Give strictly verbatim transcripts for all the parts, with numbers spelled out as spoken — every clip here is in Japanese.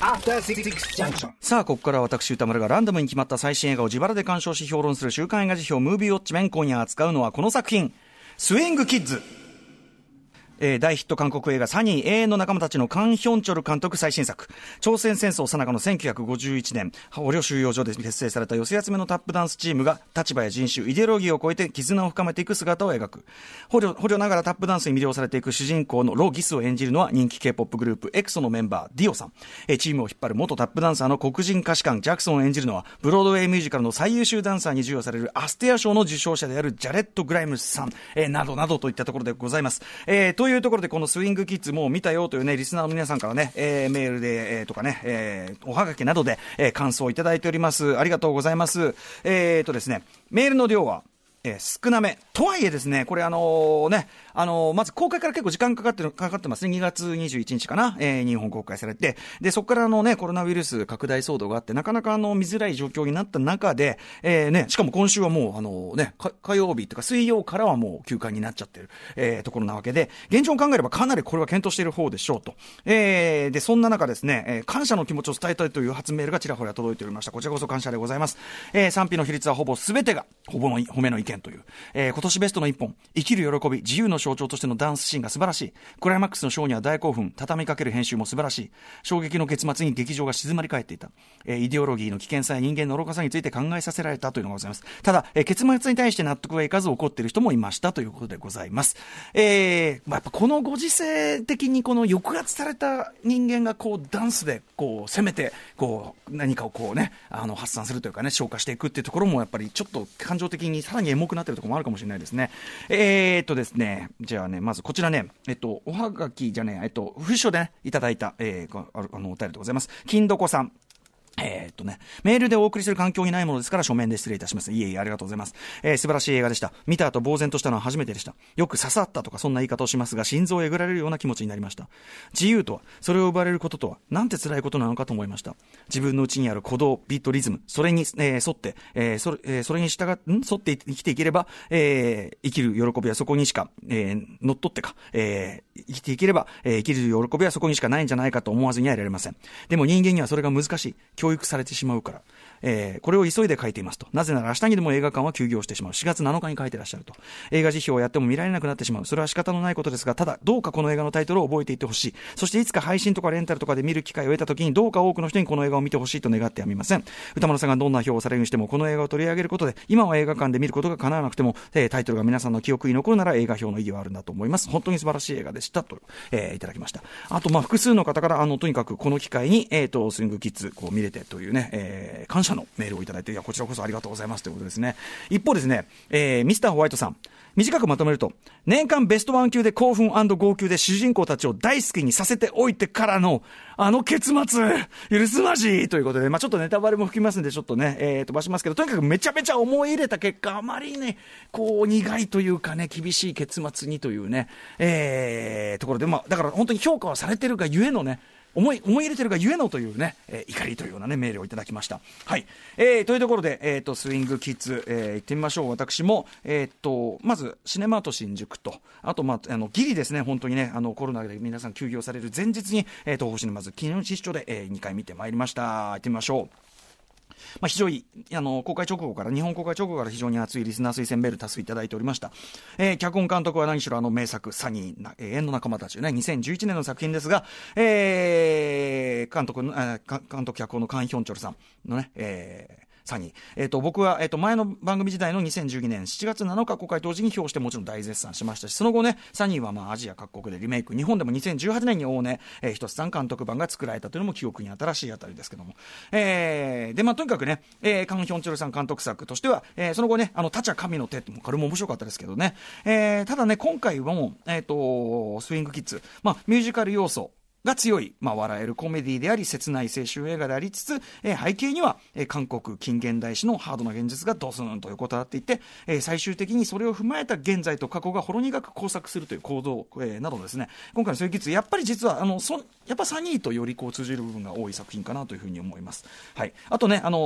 After Six Junction。 さあここから私歌丸がランダムに決まった最新映画を自腹で鑑賞し評論する週刊映画辞表ムービーウォッチメン。今夜扱うのはこの作品、スイングキッズ。えー、大ヒット韓国映画サニー永遠の仲間たちのカン・ヒョンチョル監督最新作。朝鮮戦争最中のせんきゅうひゃくごじゅういちねん、捕虜収容所で結成された寄せ集めのタップダンスチームが立場や人種、イデオロギーを超えて絆を深めていく姿を描く。捕虜、捕虜ながらタップダンスに魅了されていく主人公のロ・ギスを演じるのは人気 K-ポップ グループ エクソ のメンバーディオさん。えー、チームを引っ張る元タップダンサーの黒人歌手官ジャクソンを演じるのはブロードウェイミュージカルの最優秀ダンサーに授与されるアステア賞の受賞者であるジャレット・グライムスさん、えー、などなどといったところでございます。えー、というところでこのスイングキッズもう見たよというねリスナーの皆さんからね、えー、メールで、えー、とかね、えー、おはがきなどで、えー、感想をいただいております。ありがとうございます。えーとですねメールの量はえー、少なめとはいえですね、これあのー、ね、あのー、まず公開から結構時間かかってる、かかってますね。にがつにじゅういちにちかな、えー、日本公開されて、で、そこからあのね、コロナウイルス拡大騒動があって、なかなかあの、見づらい状況になった中で、えー、ね、しかも今週はもうあのー、ね、火曜日とか水曜からはもう休館になっちゃってる、えー、ところなわけで、現状を考えればかなりこれは検討している方でしょうと。えー、で、そんな中ですね、えー、感謝の気持ちを伝えたいという初メールがちらほら届いておりました。こちらこそ感謝でございます。えー、賛否の比率はほぼ全てが、ほぼの褒めの意見という、えー今年ベストの一本、生きる喜び、自由の象徴としてのダンスシーンが素晴らしい。クライマックスのショーには大興奮、畳みかける編集も素晴らしい。衝撃の結末に劇場が静まり返っていた。えー、イデオロギーの危険さや人間の愚かさについて考えさせられたというのがございます。ただ、えー、結末に対して納得がいかず怒っている人もいましたということでございます。えーまあ、やっぱこのご時世的にこの抑圧された人間がこうダンスでこう攻めてこう何かをこうねあの発散するというかね消化していくっていうところもやっぱりちょっと感情的にさらにエモくなっているところもあるかもしれないですね。えーっとですね、じゃあね、まずこちらね、えっと、おはがきじゃねえ、えっと、不書でね、いただいた、えー、あ, あの、お便りでございます。金どこさん。えーっとね、メールでお送りする環境にないものですから書面で失礼いたします。いえいえ、ありがとうございます。えー、素晴らしい映画でした。見た後呆然としたのは初めてでした。よく刺さったとかそんな言い方をしますが、心臓をえぐられるような気持ちになりました。自由とは、それを奪われることとは、なんて辛いことなのかと思いました。自分の内にある鼓動、ビート、リズム、それに、えー、沿って、えー、それ、えー、それに従っ、ん沿って生きていければ、えー、生きる喜びはそこにしか、えー、乗っ取ってか、えー、生きていければ、えー、生きる喜びはそこにしかないんじゃないかと思わずにはいられません。でも人間にはそれが難しい。教育されてしまうから、えー、これを急いで書いていますと。なぜなら明日にでも映画館は休業してしまう。しがつなのかに書いてらっしゃると。映画辞表をやっても見られなくなってしまう。それは仕方のないことですが、ただどうかこの映画のタイトルを覚えていってほしい。そしていつか配信とかレンタルとかで見る機会を得た時にどうか多くの人にこの映画を見てほしいと願ってやみません。歌丸さんがどんな表をされるにしてもこの映画を取り上げることで、今は映画館で見ることが叶わなくても、えー、タイトルが皆さんの記憶に残るなら映画表の意義はあるんだと思います。本当に素晴らしい映画でしたと、えー、いただきました。あとまあ複数の方からあのとにかくこの機会にえっとスイングキッズこう見れてというね、えー、感謝のメールをいただいて、いやこちらこそありがとうございますということですね。一方ですね、えー、ミスターホワイトさん、短くまとめると、年間ベストワン級で興奮&号泣で主人公たちを大好きにさせておいてからのあの結末許すまじいということで、まあちょっとネタバレも含みますんでちょっとね、えー、飛ばしますけど、とにかくめちゃめちゃ思い入れた結果、あまりねこう苦いというかね厳しい結末にというね、えー、ところで、まあだから本当に評価はされてるがゆえのね、思い、思い入れてるがゆえのというね、えー、怒りというようなね、メールをいただきました。はい。えー、というところで、えっと、スイングキッズ、えー、行ってみましょう。私も、えっと、まず、シネマート新宿と、あと、まあ、あの、ギリですね、本当にね、あの、コロナで皆さん休業される前日に、えー、東宝シネマズ、記念出張で、えー、にかい見てまいりました。行ってみましょう。まあ、非常にあの公開直後から日本公開直後から非常に熱いリスナー推薦メール多数いただいておりました。えー、脚本監督は何しろあの名作サニー、えー、縁の仲間たちね、にせんじゅういちねんの作品ですが、えー、監督の、えー、監督脚本のカン・ヒョンチョルさんのね、えーサニー。えっと、僕は、えっと、前の番組時代のにせんじゅうにねんしちがつなのか公開当時に表してもちろん大絶賛しましたし、その後ね、サニーはまあアジア各国でリメイク、日本でもにせんじゅうはちねんに大根、えー、ひとつさん監督版が作られたというのも記憶に新しいあたりですけども。えー、で、まあとにかくね、えー、カン・ヒョンチョルさん監督作としては、えー、その後ね、あの、タチャ神の手って、これも面白かったですけどね。えー、ただね、今回も、えっと、スイングキッズ、まあミュージカル要素、が強い、まあ、笑えるコメディであり切ない青春映画でありつつ、えー、背景には、えー、韓国近現代史のハードな現実がドスンと横たわっていて、えー、最終的にそれを踏まえた現在と過去がほろ苦く交錯するという構造、えー、などですね、今回のスイングキッズやっぱり実はあのそやっぱサニーとよりこう通じる部分が多い作品かなというふうに思います。はい。あとね、あの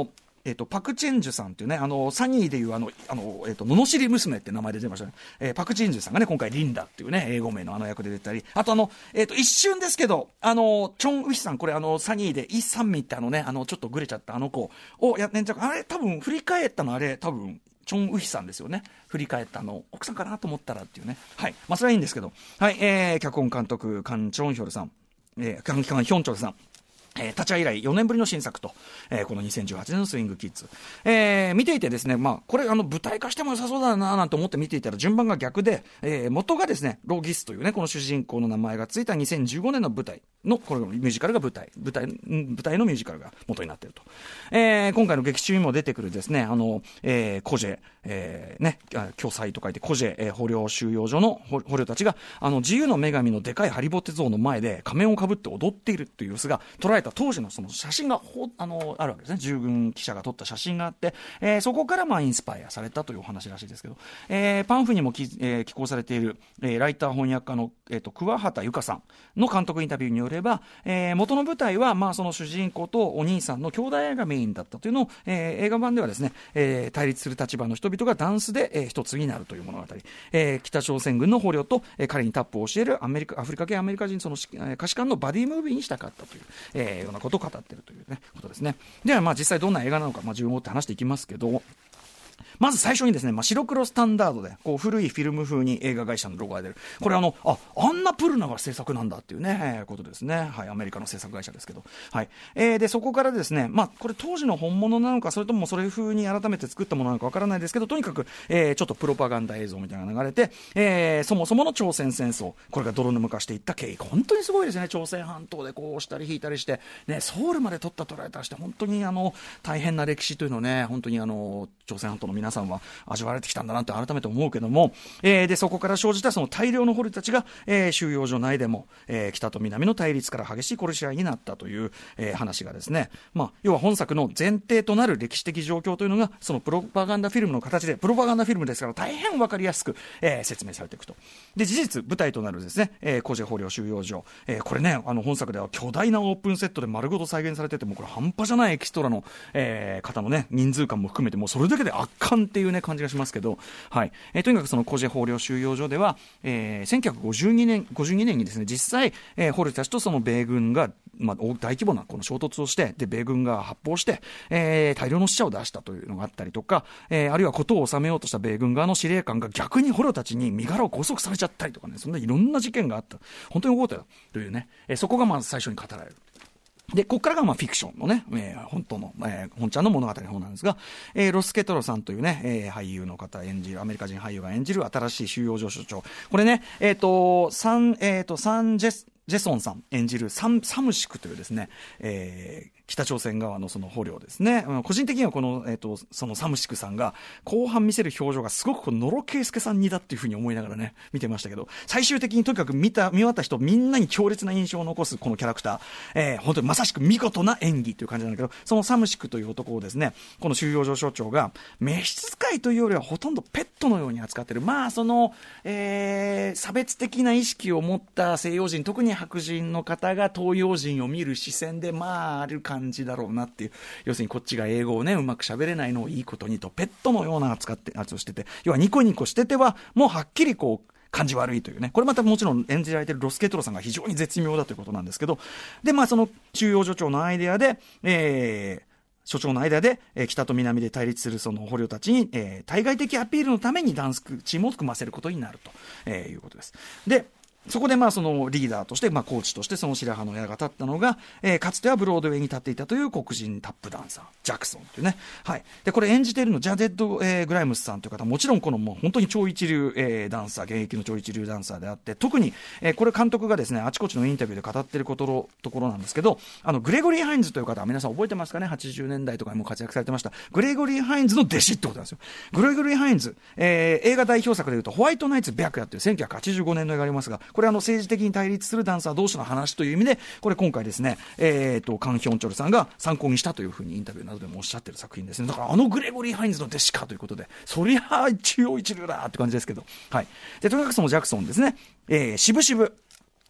えっと、パクチェンジュさんっていうね、あの、サニーでいうあの、あの、えっと、罵り娘って名前で出ましたね。えー、パクチェンジュさんがね、今回リンダっていうね、英語名のあの役で出たり、あとあの、えっと、一瞬ですけど、あの、チョン・ウヒさん、これあの、サニーでイ・サンミってあのね、あの、ちょっとグレちゃったあの子をや、ね、あれ、多分、振り返ったのあれ、多分、チョン・ウヒさんですよね。振り返ったの、奥さんかなと思ったらっていうね。はい。まあ、それはいいんですけど。はい、えー、脚本監督、カン・チョンヒョルさん、えー、カン・ヒョンチョルさん。えー、立ち会い以来よねんぶりの新作と、えー、このにせんじゅうはちねんのスイングキッズ、えー、見ていてですね、まあ、これあの舞台化しても良さそうだななんて思って見ていたら順番が逆で、えー、元がですねロギスというねこの主人公の名前がついたにせんじゅうごねんの舞台のこれミュージカルが舞台舞台舞台のミュージカルが元になっていると、えー、今回の劇中にも出てくるですねあの、えー、コジェ、えー、ね巨祭と書いてコジェ、えー、捕虜収容所の捕虜たちがあの自由の女神のでかいハリボテ像の前で仮面をかぶって踊っているという様子が捉え当時のその写真がほあのあるわけですね。従軍記者が撮った写真があって、えー、そこからまあインスパイアされたというお話らしいですけど、えー、パンフにもき、えー、寄稿されている、えー、ライター翻訳家の、えー、と桑畑由香さんの監督インタビューによれば、えー、元の舞台はまあその主人公とお兄さんの兄弟愛がメインだったというのを、えー、映画版ではですね、えー、対立する立場の人々がダンスで、えー、一つになるという物語、えー、北朝鮮軍の捕虜と、えー、彼にタップを教えるアメリカアフリカ系アメリカ人その、えー、歌士官のバディムービーにしたかったという、えー、ようなことを語っているという、ね、ことですね。ではまあ実際どんな映画なのか、まあ、自分を持って話していきますけど、まず最初にですね、まあ、白黒スタンダードでこう古いフィルム風に映画会社のロゴが出る。これあのああんなプルナが制作なんだっていうね、えー、ことですね。はい、アメリカの制作会社ですけど、はい、えー、でそこからですね、まあこれ当時の本物なのかそれともそれ風に改めて作ったものなのかわからないですけど、とにかく、えー、ちょっとプロパガンダ映像みたいなのが流れて、えー、そもそもの朝鮮戦争これが泥沼化していった経緯、本当にすごいですね。朝鮮半島でこうしたり引いたりしてね、ソウルまで取った捉えたりして本当にあの大変な歴史というのをね、本当にあの朝鮮半島の皆さんは味わわれてきたんだなって改めて思うけども、えー、でそこから生じたその大量の捕虜たちが、えー、収容所内でも、えー、北と南の対立から激しい殺し合いになったという、えー、話がですね、まあ、要は本作の前提となる歴史的状況というのがそのプロパガンダフィルムの形で、プロパガンダフィルムですから大変分かりやすく、えー、説明されていくと。で事実舞台となるですね、えー、コジェ捕虜収容所、えー、これねあの本作では巨大なオープンセットで丸ごと再現されてて、もうこれ半端じゃないエキストラの、えー、方のね人数感も含めてもうそれだけで圧巻っていうね感じがしますけど、はい、えー、とにかくそのコジェ捕虜収容所では、えー、せんきゅうひゃくごじゅうにねん、ごじゅうにねんにですね実際、えー、捕虜たちとその米軍が、まあ、大規模なこの衝突をして、で米軍が発砲して、えー、大量の死者を出したというのがあったりとか、えー、あるいは事を収めようとした米軍側の司令官が逆に捕虜たちに身柄を拘束されちゃったりとかね、そんないろんな事件があった、本当に起こったよというね、えー、そこがまず最初に語られる。で、ここからがまあフィクションのね、えー、本当の、えー、本ちゃんの物語の方なんですが、えー、ロスケトロさんというね、えー、俳優の方演じる、アメリカ人俳優が演じる新しい収容所所長。これね、えっ、ー、と、サン、えっ、ー、と、サンジェス、ジェソンさん演じるサム、サムシクというですね、えー、北朝鮮側のその捕虜ですね。個人的にはこの、えっと、そのサムシクさんが後半見せる表情がすごくこう野呂圭介さん似だっていうふうに思いながらね、見てましたけど、最終的にとにかく見た、見終わった人みんなに強烈な印象を残すこのキャラクター、えー、本当にまさしく見事な演技という感じなんだけど、そのサムシクという男をですね、この収容所所長が召使いというよりはほとんどペットのように扱ってる。まあ、その、えー、差別的な意識を持った西洋人、特に白人の方が東洋人を見る視線で、まあ、ある感じだろうなっていう。要するにこっちが英語をね、うまく喋れないのをいいことにと、ペットのような扱って、扱してて、要はニコニコしてては、もうはっきりこう、感じ悪いというね。これまたもちろん演じられているロスケトロさんが非常に絶妙だということなんですけど、で、まあ、その収容所長のアイデアで、えー、所長の間で、えー、北と南で対立するその捕虜たちに、えー、対外的アピールのためにダンスチームを組ませることになると、えー、いうことです。で、そこでまあそのリーダーとして、まあコーチとしてその白羽の矢が立ったのが、えー、かつてはブロードウェイに立っていたという黒人タップダンサー、ジャクソンというね。はい。で、これ演じているの、ジャデッド・えー、グライムスさんという方、もちろんこのもう本当に超一流、えー、ダンサー、現役の超一流ダンサーであって、特に、えー、これ監督がですね、あちこちのインタビューで語っていることのところなんですけど、あの、グレゴリー・ハインズという方は皆さん覚えてますかね？ はちじゅう 年代とかにも活躍されてました。グレゴリー・ハインズの弟子ってことなんですよ。グレゴリー・ハインズ、えー、映画代表作でいうと、ホワイトナイツ・白夜というせんきゅうひゃくはちじゅうごねんの映画がありますが、これあの政治的に対立するダンサー同士の話という意味で、これ今回ですね、えーと、カン・ヒョンチョルさんが参考にしたというふうにインタビューなどでもおっしゃってる作品ですね。だからあのグレゴリー・ハインズの弟子かということで、そりゃあ一応一流だって感じですけど、はい。で、とにかくそのジャクソンですね、えー、渋々、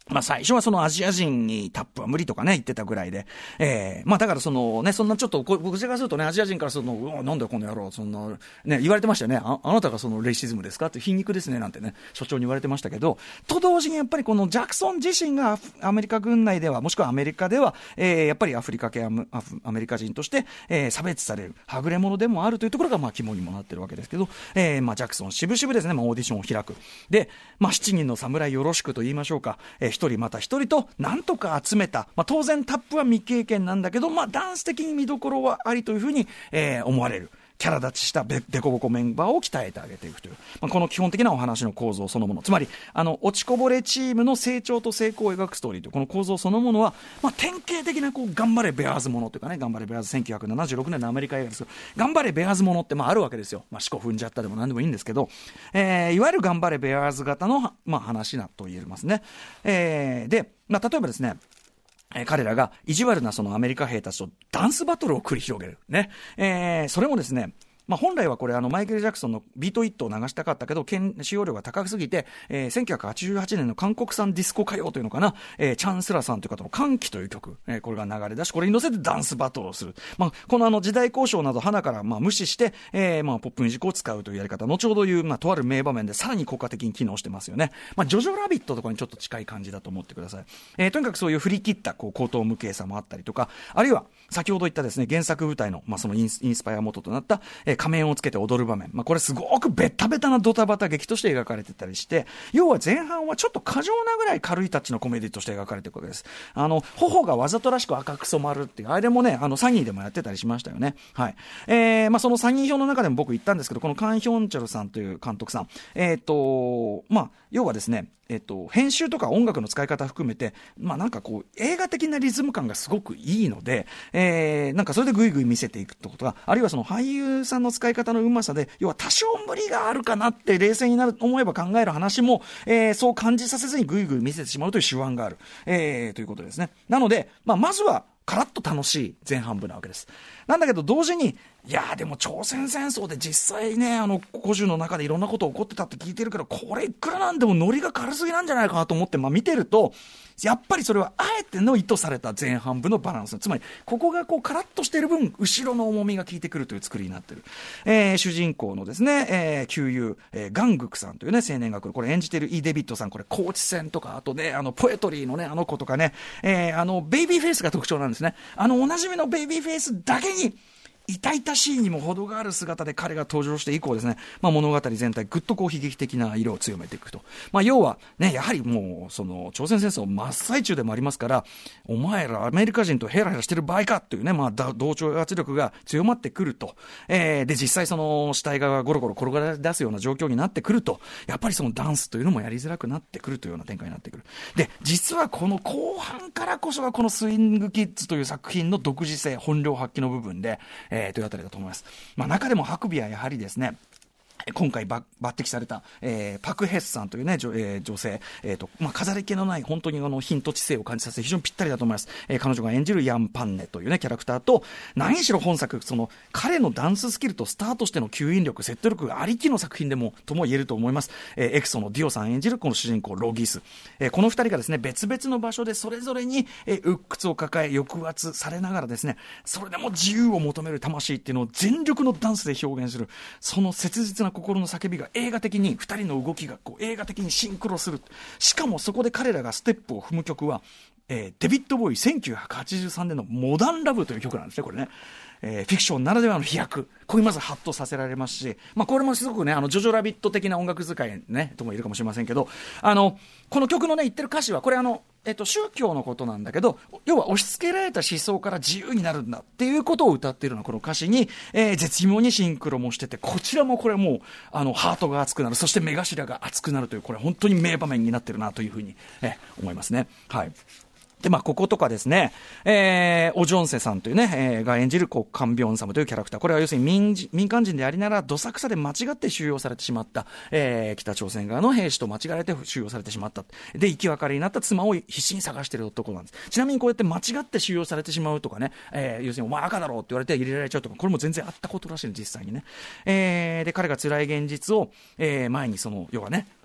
まあ最初はそのアジア人にタップは無理とかね言ってたぐらいで、えー、まあだからそのね、そんなちょっと僕からするとね、アジア人からすると、うわなんだよこの野郎、そんなね言われてましたよね。あ、あなたがそのレイシズムですかって、皮肉ですねなんてね所長に言われてましたけど、と同時にやっぱりこのジャクソン自身がアメリカ軍内ではもしくはアメリカでは、えー、やっぱりアフリカ系アムアフアメリカ人として、えー、差別されるはぐれ者でもあるというところがまあ肝にもなってるわけですけど、えー、まあジャクソン渋々ですね、まあ、オーディションを開く。で、まあしちにんの侍よろしくと言いましょうか、えー、ひとりまたひとりとなんとか集めた、まあ、当然タップは未経験なんだけど、まあ、ダンス的に見どころはありというふうに、えー、思われるキャラ立ちしたデコボコメンバーを鍛えてあげていくという、まあ、この基本的なお話の構造そのもの、つまりあの落ちこぼれチームの成長と成功を描くストーリーというこの構造そのものは、まあ、典型的なこう頑張れベアーズものというかね、頑張れベアーズせんきゅうひゃくななじゅうろくねんのアメリカ映画ですけど、頑張れベアーズものってまああるわけですよ。まあ、四股踏んじゃったでも何でもいいんですけど、えー、いわゆる頑張れベアーズ型の、まあ、話なと言えますね。えー、で、まあ、例えばですね、えー、彼らが意地悪なそのアメリカ兵たちとダンスバトルを繰り広げる。ね。えー、それもですね、まあ、本来はこれあのマイケル・ジャクソンのビートイットを流したかったけど使用量が高すぎて、えー、せんきゅうひゃくはちじゅうはちねんの韓国産ディスコ歌謡というのかな、えー、チャンスラさんという方の歓喜という曲、えー、これが流れ出し、これに乗せてダンスバトルをする。まあ、このあの時代交渉など花からまあ無視して、えー、まあポップミュージックを使うというやり方、後ほど言う、まあ、とある名場面でさらに効果的に機能してますよね。まあ、ジョジョラビットとかにちょっと近い感じだと思ってください。えー、とにかくそういう振り切ったこう口頭無形さもあったりとか、あるいは先ほど言ったですね、原作舞台の、まあ、そのインス、インスパイア元となった、えー、仮面をつけて踊る場面、まあ、これすごくベタベタなドタバタ劇として描かれてたりして、要は前半はちょっと過剰なぐらい軽いタッチのコメディとして描かれていくわけです。あの頬がわざとらしく赤く染まるっていう、あれもね、あのサニーでもやってたりしましたよね。はい。えー、まあそのサニー表の中でも僕言ったんですけど、このカン・ヒョンチョルさんという監督さん、えっとまあ要はですね、えっと、編集とか音楽の使い方含めて、まあなんかこう映画的なリズム感がすごくいいので、えー、なんかそれでグイグイ見せていくってことが、あるいはその俳優さんの使い方のうまさで、要は多少無理があるかなって冷静になる思えば考える話も、えー、そう感じさせずにグイグイ見せてしまうという手腕がある、えー、ということですね。なので、まあまずはカラッと楽しい前半部なわけです。なんだけど同時に、いやーでも朝鮮戦争で実際ね、あの古樹の中でいろんなこと起こってたって聞いてるけど、これいくらなんでもノリが軽すぎなんじゃないかなと思って、まあ見てると、やっぱりそれはあえての意図された前半部のバランス、つまりここがこうカラッとしている分後ろの重みが効いてくるという作りになっている、えー、主人公のですね、えー、旧友、えー、ガングクさんというね青年が来る、これ演じているイ・デビッドさん、これ高知戦とか、あとねあのポエトリーのねあの子とかね、えー、あのベイビーフェイスが特徴なんですね。あのおなじみのベイビーフェイスだけに痛々しいにも程がある姿で彼が登場して以降ですね、まあ、物語全体ぐっとこう悲劇的な色を強めていくと、まあ、要はねやはりもうその朝鮮戦争真っ最中でもありますから、お前らアメリカ人とヘラヘラしてる場合かというね、まあ、同調圧力が強まってくると、えー、で実際その死体がゴロゴロ転がり出すような状況になってくると、やっぱりそのダンスというのもやりづらくなってくるというような展開になってくる。で実はこの後半からこそがこのスイングキッズという作品の独自性本領発揮の部分で、えー、というあたりだと思います。まあ、中でもハクビはやはりですね、今回抜擢された、えー、パク・ヘスさんという、ね女えー、女性、えーとまあ、飾り気のない本当にあの品と知性を感じさせて非常にぴったりだと思います。えー、彼女が演じるヤン・パンネという、ね、キャラクターと、何しろ本作その彼のダンススキルとスターとしての吸引力説得力がありきの作品でもとも言えると思います。えー、エクソのディオさん演じるこの主人公ロギス、えー、この二人がですね別々の場所でそれぞれに、えー、鬱屈を抱え抑圧されながらですね、それでも自由を求める魂っていうのを全力のダンスで表現する、その切実な心の叫びが映画的にふたりの動きがこう映画的にシンクロする。しかもそこで彼らがステップを踏む曲は、えー、デビッド・ボーイせんきゅうひゃくはちじゅうさんねんのモダンラブという曲なんですね。これね、えー、フィクションならではの飛躍、これまずハッとさせられますし、まあ、これもすごくねあのジョジョラビット的な音楽使いねとも言えるかもしれませんけど、あのこの曲のね言ってる歌詞はこれあのえっと、宗教のことなんだけど、要は押し付けられた思想から自由になるんだっていうことを歌っているのはこの歌詞に、えー、絶妙にシンクロもしてて、こちらもこれもうあのハートが熱くなる、そして目頭が熱くなるという、これ本当に名場面になってるなというふうに、えー、思いますね。はい。で、まあ、こことかですね、えー、オジョンセさんというね、えー、が演じる、こう、カンビョンサムというキャラクター。これは要するに民、民間人でありながら、どさくさで間違って収容されてしまった、えー、北朝鮮側の兵士と間違えて収容されてしまった。で、生き別れになった妻を必死に探している男なんです。ちなみにこうやって間違って収容されてしまうとかね、えー、要するにお前赤だろうって言われて入れられちゃうとか、これも全然あったことらしいの、実際にね。えー、で、彼が辛い現実を、えー、前にその、要はね、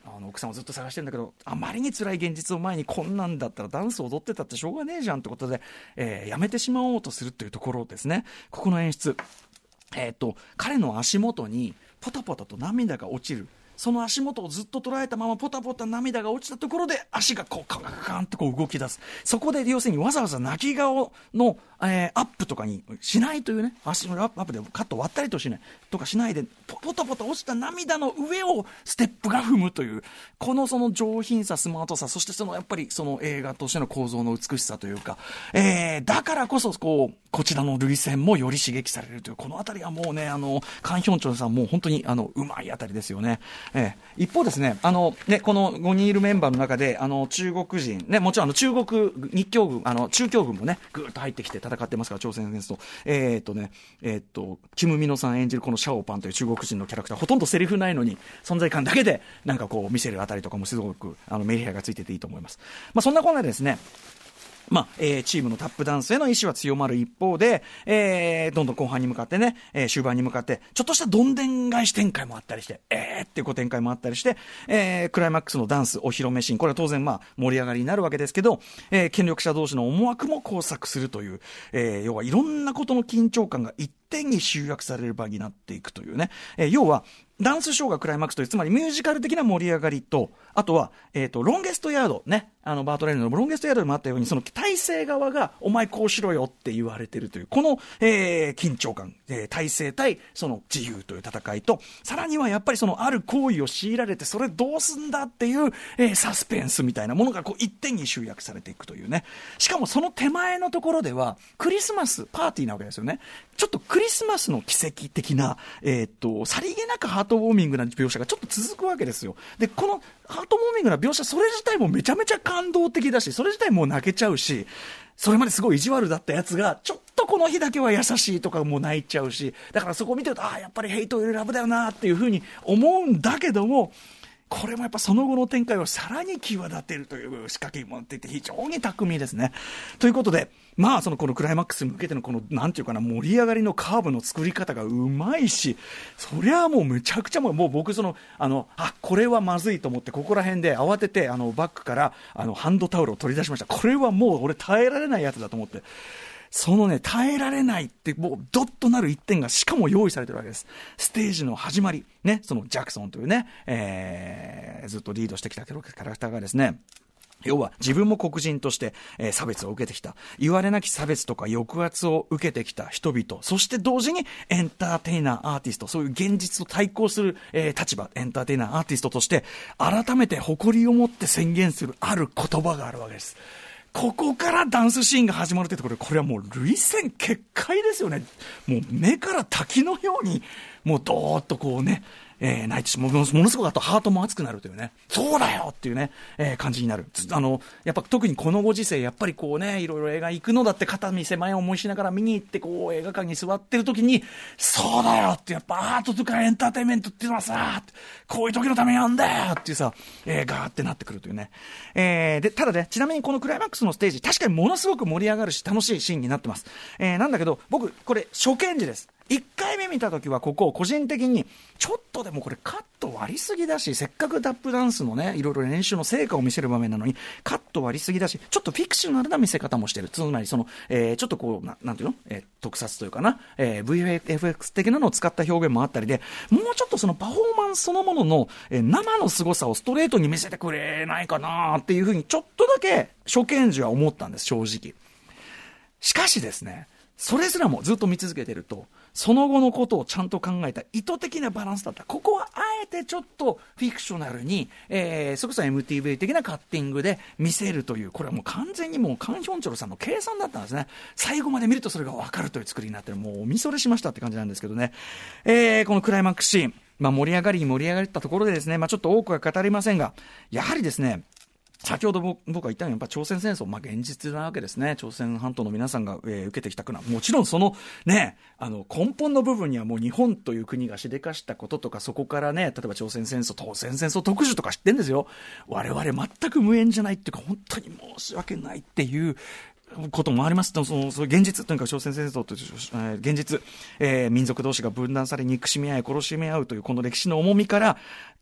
あの奥さんをずっと探してるんだけど、あまりに辛い現実を前に、こんなんだったらダンス踊ってたってしょうがねえじゃんってことで、えー、やめてしまおうとするっていうところですね。ここの演出、えー、と彼の足元にポタポタと涙が落ちる。その足元をずっと捉えたままポタポタ涙が落ちたところで足がこうカンカンカンってこう動き出す。そこで要するにわざわざ泣き顔の、えー、アップとかにしないというね、足のアップでカット割ったりとしないとかしないで、ポタポタ落ちた涙の上をステップが踏むという、このその上品さ、スマートさ、そしてそのやっぱりその映画としての構造の美しさというか、えー、だからこそこうこちらの涙腺もより刺激されるという、このあたりはもうね、あのカン・ヒョンチョルさんもう本当にあのうまいあたりですよね。えー、一方ですね、あのね、このごにんいるメンバーの中であの中国人、ね、もちろんあの中国日教軍、あの中教軍もねぐーっと入ってきて戦ってますから、朝鮮戦争、えーっとねえーっとキム・ミノさん演じるこのシャオパンという中国人のキャラクター、ほとんどセリフないのに存在感だけでなんかこう見せるあたりとかもすごくあのメリハリがついてていいと思います。まあ、そんなこんなでですね、まあえー、チームのタップダンスへの意志は強まる一方で、えー、どんどん後半に向かってね、えー、終盤に向かってちょっとしたどんでん返し展開もあったりして、えーっていうこう展開もあったりして、えー、クライマックスのダンスお披露目シーン、これは当然まあ盛り上がりになるわけですけど、えー、権力者同士の思惑も交錯するという、えー、要はいろんなことの緊張感が一点に集約される場になっていくというね、えー、要はダンスショーがクライマックスという、つまりミュージカル的な盛り上がりと、あとは、えっと、ロンゲストヤードね、あの、バートレーヌのロンゲストヤードでもあったように、その体制側が、お前こうしろよって言われてるという、この、えー、緊張感、えー、体制対、その自由という戦いと、さらにはやっぱりそのある行為を強いられて、それどうすんだっていう、えー、サスペンスみたいなものが、こう、一点に集約されていくというね。しかもその手前のところでは、クリスマス、パーティーなわけですよね。ちょっとクリスマスの奇跡的な、えー、っと、さりげなくハートウォーミングな描写がちょっと続くわけですよ。で、このハートウォーミングな描写、それ自体もめちゃめちゃ感動的だし、それ自体もう泣けちゃうし、それまですごい意地悪だったやつが、ちょっとこの日だけは優しいとかも泣いちゃうし、だからそこを見てると、ああ、やっぱりヘイトよりラブだよなっていうふうに思うんだけども、これもやっぱその後の展開をさらに際立てるという仕掛けに持っていて非常に巧みですね。ということで、まあそのこのクライマックスに向けてのこのなんていうかな、盛り上がりのカーブの作り方がうまいし、そりゃもうめちゃくちゃもう、もう僕そのあのあこれはまずいと思ってここら辺で慌ててあのバッグからあのハンドタオルを取り出しました。これはもう俺耐えられないやつだと思って。そのね、耐えられないって、もう、ドッとなる一点が、しかも用意されてるわけです。ステージの始まり、ね、そのジャクソンというね、えー、ずっとリードしてきたキャラクターがですね、要は自分も黒人として、えー、差別を受けてきた。言われなき差別とか抑圧を受けてきた人々。そして同時にエンターテイナーアーティスト。そういう現実と対抗する、えー、立場。エンターテイナーアーティストとして、改めて誇りを持って宣言するある言葉があるわけです。ここからダンスシーンが始まるってところで、これはもう涙腺決壊ですよね。もう目から滝のように、もうドーッとこうね、えー、泣いてしまう。ものすごくあとハートも熱くなるというね。そうだよっていうね、えー、感じになる。あの、やっぱ特にこのご時世、やっぱりこうね、いろいろ映画行くのだって肩身狭い思いしながら見に行って、こう映画館に座ってる時に、そうだよって、やっぱアートとかエンターテインメントっていうのはさ、こういう時のためにあんだよっていうさ、えー、ガーってなってくるというね。えー、で、ただね、ちなみにこのクライマックスのステージ、確かにものすごく盛り上がるし、楽しいシーンになってます。えー、なんだけど、僕、これ、初見時です。いっかいめ見たときはここを個人的にちょっとでもこれカット割りすぎだし、せっかくタップダンスのねいろいろ練習の成果を見せる場面なのにカット割りすぎだし、ちょっとフィクショナルな見せ方もしてる。つまりその、えー、ちょっとこう な, なんていうの、えー、特撮というかな、えー、ブイエフエックス 的なのを使った表現もあったりで、もうちょっとそのパフォーマンスそのものの、えー、生の凄さをストレートに見せてくれないかなっていうふうにちょっとだけ初見時は思ったんです、正直。しかしですね、それすらもずっと見続けてると、その後のことをちゃんと考えた意図的なバランスだった。ここはあえてちょっとフィクショナルに、えー、それこそ エムティーブイ 的なカッティングで見せるという、これはもう完全にもうカン・ヒョンチョルさんの計算だったんですね。最後まで見るとそれが分かるという作りになってる。もうおみそれしましたって感じなんですけどね。えー、このクライマックスシーン、まあ、盛り上がりに盛り上がったところでですね、まあ、ちょっと多くは語りませんが、やはりですね、先ほど僕が言ったようにやっぱ朝鮮戦争、まあ、現実なわけですね。朝鮮半島の皆さんが、えー、受けてきた苦難、もちろんそのね、あの根本の部分にはもう日本という国がしでかしたこととか、そこからね、例えば朝鮮戦争、朝鮮戦争特需とか知ってんですよ。我々全く無縁じゃないっていうか、本当に申し訳ないっていうこともあります。そのその現実というか、朝鮮戦争という、えー、現実、えー、民族同士が分断され憎しみ合い殺しみ合うというこの歴史の重みから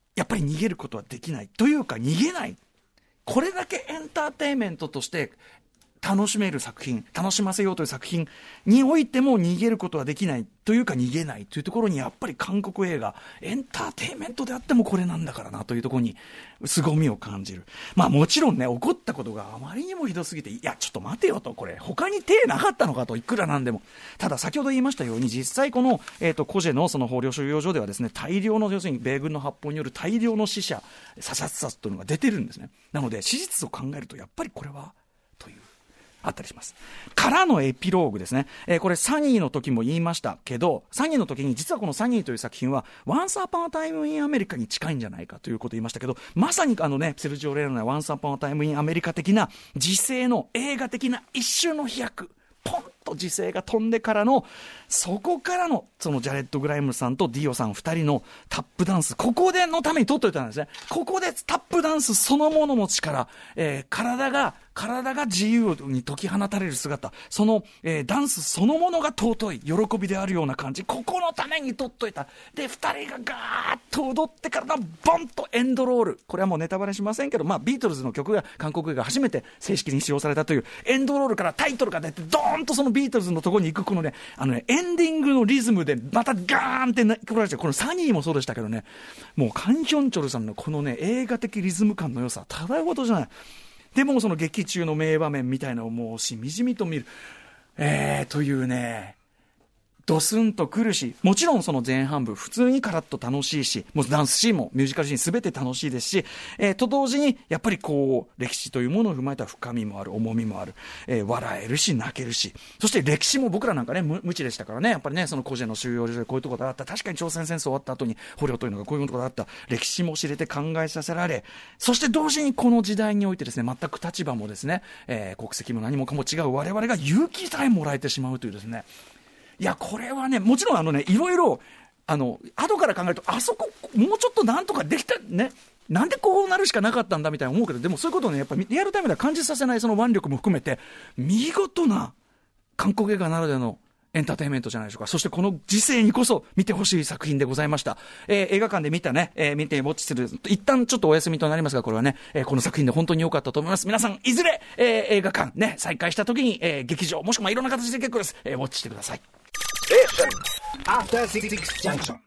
やっぱり逃げることはできない。というか逃げない。これだけエンターテインメントとして楽しめる作品、楽しませようという作品においても逃げることはできないというか逃げないというところに、やっぱり韓国映画エンターテインメントであってもこれなんだからなというところに凄みを感じる。まあもちろんね、起こったことがあまりにもひどすぎて、いやちょっと待てよと、これ他に手なかったのかと、いくらなんでも。ただ先ほど言いましたように、実際この、えーと、コジェのその捕虜収容所ではですね、大量の、要するに米軍の発砲による大量の死者、射殺殺というのが出てるんですね。なので史実を考えるとやっぱりこれはというあったりします。からのエピローグですね。えー、これサニーの時も言いましたけど、サニーの時に実はこのサニーという作品は Once Upon a Time in America に近いんじゃないかということを言いましたけど、まさにあのね、セルジオ・レオネの Once Upon a Time in America 的な時勢の映画的な一瞬の飛躍、ポンと時勢が飛んでからの、そこからのそのジャレット・グライムさんとディオさんふたりのタップダンス、ここでのために撮っといたんですね。ここでタップダンスそのものの力、えー、体が体が自由に解き放たれる姿、その、えー、ダンスそのものが尊い喜びであるような感じ、ここのために撮っといた。でふたりがガーッと踊ってからのボンとエンドロール、これはもうネタバレしませんけど、まあ、ビートルズの曲が韓国が初めて正式に使用されたというエンドロールからタイトルが出て、ドーンとそのビートルズのところに行くこのね、あのね、エンディングのリズムでまたガーンってなこれこのサニーもそうでしたけどね、もうカンヒョンチョルさんのこのね、映画的リズム感の良さただごとじゃない。でもその劇中の名場面みたいなのをもうしみじみと見る、えー、というね、ドスンとくるし、もちろんその前半部普通にカラッと楽しいし、もうダンスシーンもミュージカルシーンすべて楽しいですし、えー、と同時にやっぱりこう歴史というものを踏まえた深みもある、重みもある、えー、笑えるし泣けるし、そして歴史も僕らなんかね無、無知でしたからね、やっぱりね、そのコジェの収容所でこういうところがあった、確かに朝鮮戦争終わった後に捕虜というのがこういうところがあった、歴史も知れて考えさせられ、そして同時にこの時代においてですね、全く立場もですね、えー、国籍も何もかも違う我々が勇気さえもらえてしまうというですね、いやこれはね、もちろんあのね、いろいろあの後から考えると、あそこもうちょっとなんとかできたね、なんでこうなるしかなかったんだみたいな思うけど、でもそういうことをね、やっぱりリアルタイムでは感じさせないその腕力も含めて見事な韓国映画ならではのエンターテインメントじゃないでしょうか。そしてこの時世にこそ見てほしい作品でございました。えー、映画館で見たね、えー、見てウォッチする、一旦ちょっとお休みとなりますが、これはね、えー、この作品で本当に良かったと思います。皆さんいずれ、えー、映画館ね再開した時に、えー、劇場もしくはいろんな形で結構です、えー、ウォッチしてください。After Six Junction